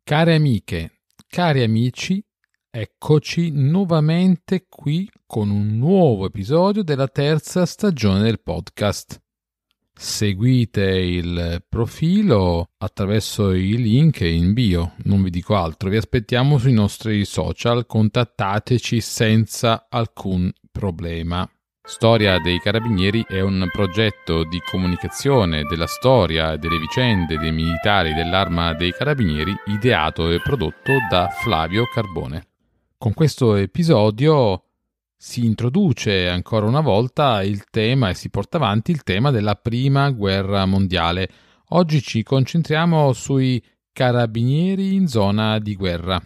Care amiche, cari amici, eccoci nuovamente qui con un nuovo episodio della terza stagione del podcast. Seguite il profilo attraverso i link in bio, non vi dico altro, vi aspettiamo sui nostri social, contattateci senza alcun problema. Storia dei Carabinieri è un progetto di comunicazione della storia e delle vicende dei militari dell'Arma dei Carabinieri ideato e prodotto da Flavio Carbone. Con questo episodio si introduce ancora una volta il tema e si porta avanti il tema della Prima Guerra Mondiale. Oggi ci concentriamo sui carabinieri in zona di guerra.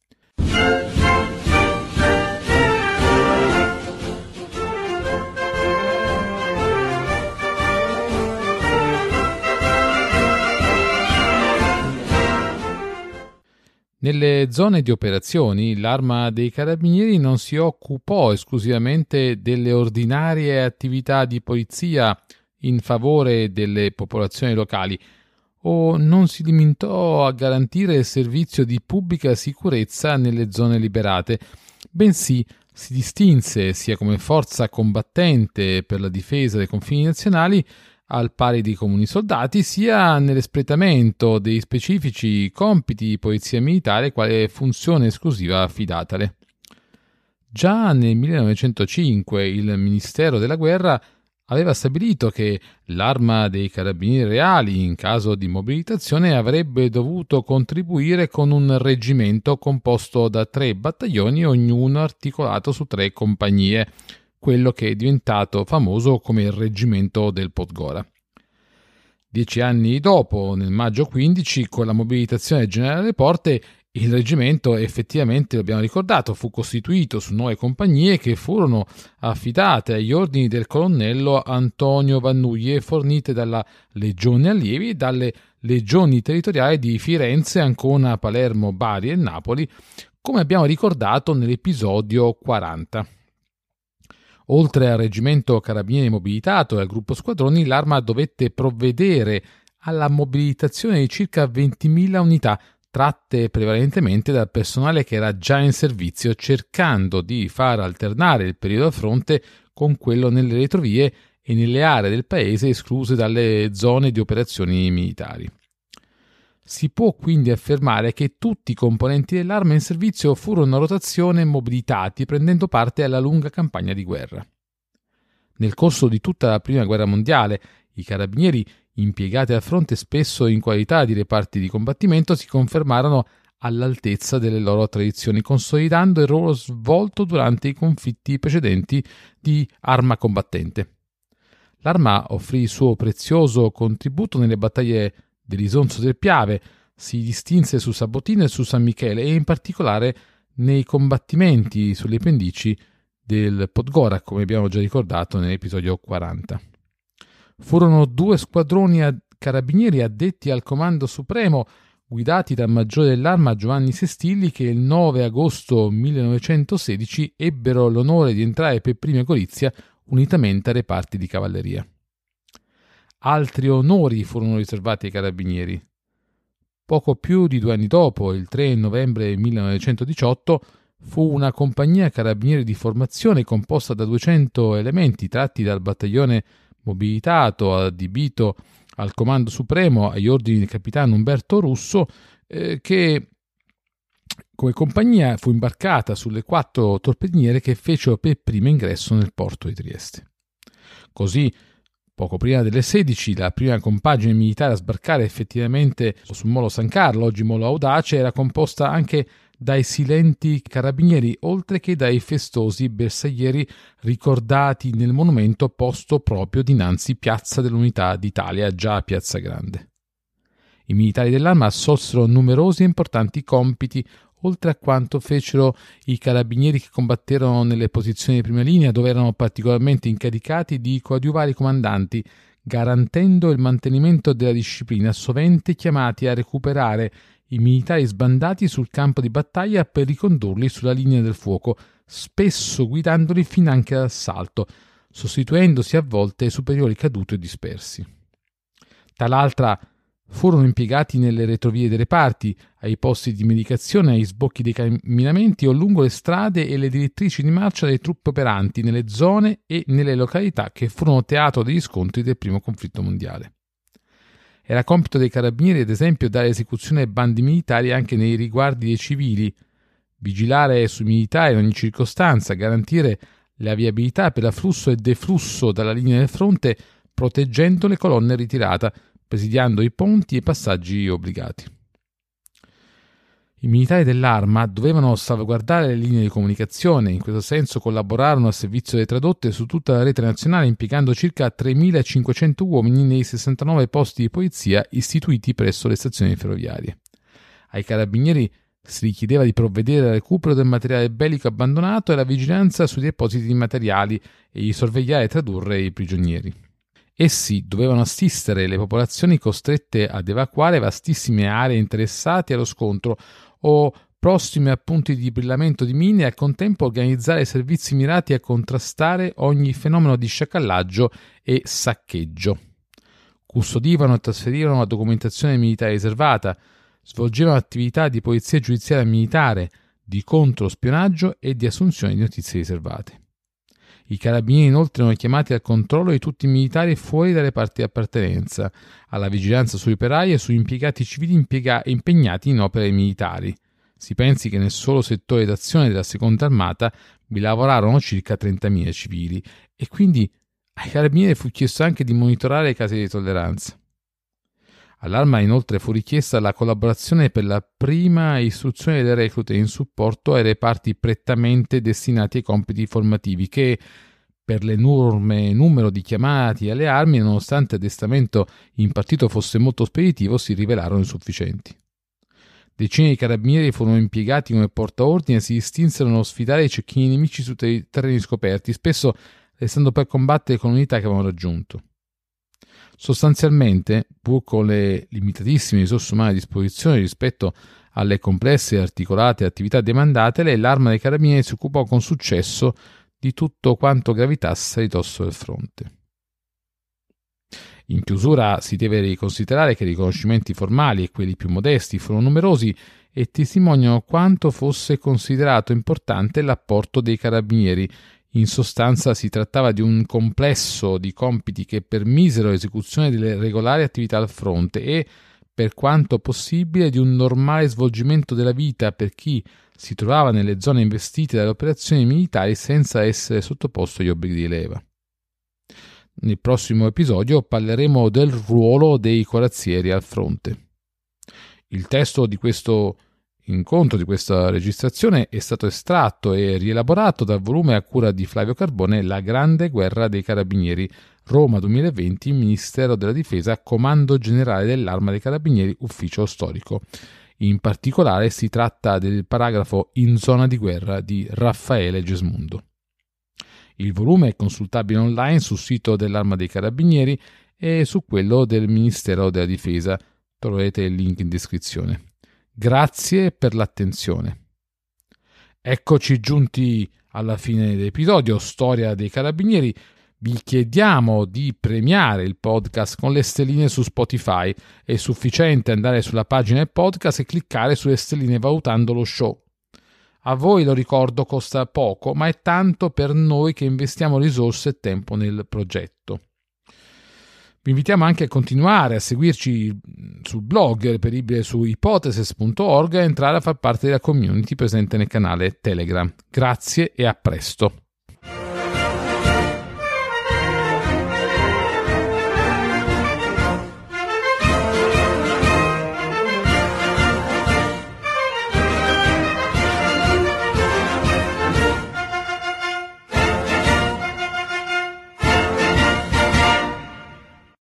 Nelle zone di operazioni l'Arma dei Carabinieri non si occupò esclusivamente delle ordinarie attività di polizia in favore delle popolazioni locali o non si limitò a garantire il servizio di pubblica sicurezza nelle zone liberate, bensì si distinse sia come forza combattente per la difesa dei confini nazionali al pari di comuni soldati, sia nell'espletamento dei specifici compiti di polizia militare quale funzione esclusiva affidatale. Già nel 1905 il Ministero della Guerra aveva stabilito che l'Arma dei Carabinieri Reali, in caso di mobilitazione, avrebbe dovuto contribuire con un reggimento composto da 3 battaglioni, ognuno articolato su 3 compagnie, quello che è diventato famoso come il reggimento del Podgora. 10 anni dopo, nel maggio 15, con la mobilitazione generale delle porte, il reggimento effettivamente, l'abbiamo ricordato, fu costituito su 9 compagnie che furono affidate agli ordini del colonnello Antonio Vannuglie, fornite dalla Legione Allievi e dalle legioni territoriali di Firenze, Ancona, Palermo, Bari e Napoli, come abbiamo ricordato nell'episodio 40. Oltre al reggimento carabinieri mobilitato e al gruppo squadroni, l'Arma dovette provvedere alla mobilitazione di circa 20.000 unità, tratte prevalentemente dal personale che era già in servizio, cercando di far alternare il periodo al fronte con quello nelle retrovie e nelle aree del paese escluse dalle zone di operazioni militari. Si può quindi affermare che tutti i componenti dell'Arma in servizio furono a rotazione mobilitati, prendendo parte alla lunga campagna di guerra. Nel corso di tutta la Prima Guerra Mondiale, i carabinieri, impiegati al fronte spesso in qualità di reparti di combattimento, si confermarono all'altezza delle loro tradizioni, consolidando il ruolo svolto durante i conflitti precedenti di arma combattente. L'Arma offrì il suo prezioso contributo nelle battaglie dell'Isonzo del Piave, si distinse su Sabotino e su San Michele e in particolare nei combattimenti sulle pendici del Podgora, come abbiamo già ricordato nell'episodio 40. Furono 2 squadroni carabinieri addetti al comando supremo, guidati dal maggiore dell'Arma Giovanni Sestilli, che il 9 agosto 1916 ebbero l'onore di entrare per primi a Gorizia unitamente ai reparti di cavalleria. Altri onori furono riservati ai carabinieri. Poco più di 2 anni dopo, il 3 novembre 1918, fu una compagnia carabinieri di formazione composta da 200 elementi tratti dal battaglione mobilitato adibito al comando supremo agli ordini del capitano Umberto Russo, che come compagnia fu imbarcata sulle 4 torpediniere che fecero per prima ingresso nel porto di Trieste. Così, poco prima delle 16, la prima compagine militare a sbarcare effettivamente sul Molo San Carlo, oggi Molo Audace, era composta anche dai silenti carabinieri, oltre che dai festosi bersaglieri ricordati nel monumento posto proprio dinanzi Piazza dell'Unità d'Italia, già a Piazza Grande. I militari dell'Arma assolsero numerosi e importanti compiti, oltre a quanto fecero i carabinieri che combatterono nelle posizioni di prima linea, dove erano particolarmente incaricati di coadiuvare i comandanti, garantendo il mantenimento della disciplina, sovente chiamati a recuperare i militari sbandati sul campo di battaglia per ricondurli sulla linea del fuoco, spesso guidandoli finanche all'assalto, sostituendosi a volte ai superiori caduti o dispersi. Tal'altra Furono impiegati nelle retrovie dei reparti, ai posti di medicazione, ai sbocchi dei camminamenti o lungo le strade e le direttrici di marcia delle truppe operanti nelle zone e nelle località che furono teatro degli scontri del primo conflitto mondiale. Era compito dei carabinieri, ad esempio, dare esecuzione ai bandi militari anche nei riguardi dei civili, vigilare sui militari in ogni circostanza, garantire la viabilità per afflusso e deflusso dalla linea del fronte, proteggendo le colonne ritirate, presidiando i ponti e i passaggi obbligati. I militari dell'Arma dovevano salvaguardare le linee di comunicazione, in questo senso collaborarono al servizio delle tradotte su tutta la rete nazionale impiegando circa 3.500 uomini nei 69 posti di polizia istituiti presso le stazioni ferroviarie. Ai carabinieri si richiedeva di provvedere al recupero del materiale bellico abbandonato e alla vigilanza sui depositi di materiali e di sorvegliare e tradurre i prigionieri. Essi dovevano assistere le popolazioni costrette ad evacuare vastissime aree interessate allo scontro o prossime a punti di brillamento di mine e al contempo organizzare servizi mirati a contrastare ogni fenomeno di sciacallaggio e saccheggio. Custodivano e trasferivano la documentazione militare riservata, svolgevano attività di polizia giudiziaria militare, di controspionaggio e di assunzione di notizie riservate. I carabinieri inoltre erano chiamati al controllo di tutti i militari fuori dalle parti di appartenenza, alla vigilanza sugli operai e sugli impiegati civili impegnati in opere militari. Si pensi che nel solo settore d'azione della seconda armata vi lavorarono circa 30.000 civili e quindi ai carabinieri fu chiesto anche di monitorare i casi di tolleranza. All'Arma inoltre fu richiesta la collaborazione per la prima istruzione delle reclute in supporto ai reparti prettamente destinati ai compiti formativi che, per l'enorme numero di chiamati alle armi, nonostante l'addestramento impartito fosse molto speditivo, si rivelarono insufficienti. Decine di carabinieri furono impiegati come portaordine e si distinsero nello sfidare i cecchini nemici su terreni scoperti, spesso restando per combattere con l'unità che avevano raggiunto. Sostanzialmente, pur con le limitatissime risorse umane a disposizione rispetto alle complesse e articolate attività demandatele, l'Arma dei Carabinieri si occupò con successo di tutto quanto gravitasse a ridosso del fronte. In chiusura si deve riconsiderare che i riconoscimenti formali e quelli più modesti furono numerosi e testimoniano quanto fosse considerato importante l'apporto dei carabinieri. In sostanza si trattava di un complesso di compiti che permisero l'esecuzione delle regolari attività al fronte e, per quanto possibile, di un normale svolgimento della vita per chi si trovava nelle zone investite dalle operazioni militari senza essere sottoposto agli obblighi di leva. Nel prossimo episodio parleremo del ruolo dei corazzieri al fronte. Il testo di questo incontro, di questa registrazione, è stato estratto e rielaborato dal volume a cura di Flavio Carbone La grande guerra dei carabinieri, Roma 2020, Ministero della Difesa, Comando Generale dell'Arma dei Carabinieri, Ufficio Storico. In particolare si tratta del paragrafo In zona di guerra di Raffaele Gesmundo. Il volume è consultabile online sul sito dell'Arma dei Carabinieri e su quello del Ministero della Difesa. Troverete il link in descrizione. Grazie per l'attenzione. Eccoci giunti alla fine dell'episodio Storia dei Carabinieri. Vi chiediamo di premiare il podcast con le stelline su Spotify. È sufficiente andare sulla pagina del podcast e cliccare sulle stelline valutando lo show. A voi, lo ricordo, costa poco, ma è tanto per noi che investiamo risorse e tempo nel progetto. Vi invitiamo anche a continuare a seguirci sul blog reperibile su hypothesis.org e a entrare a far parte della community presente nel canale Telegram. Grazie e a presto.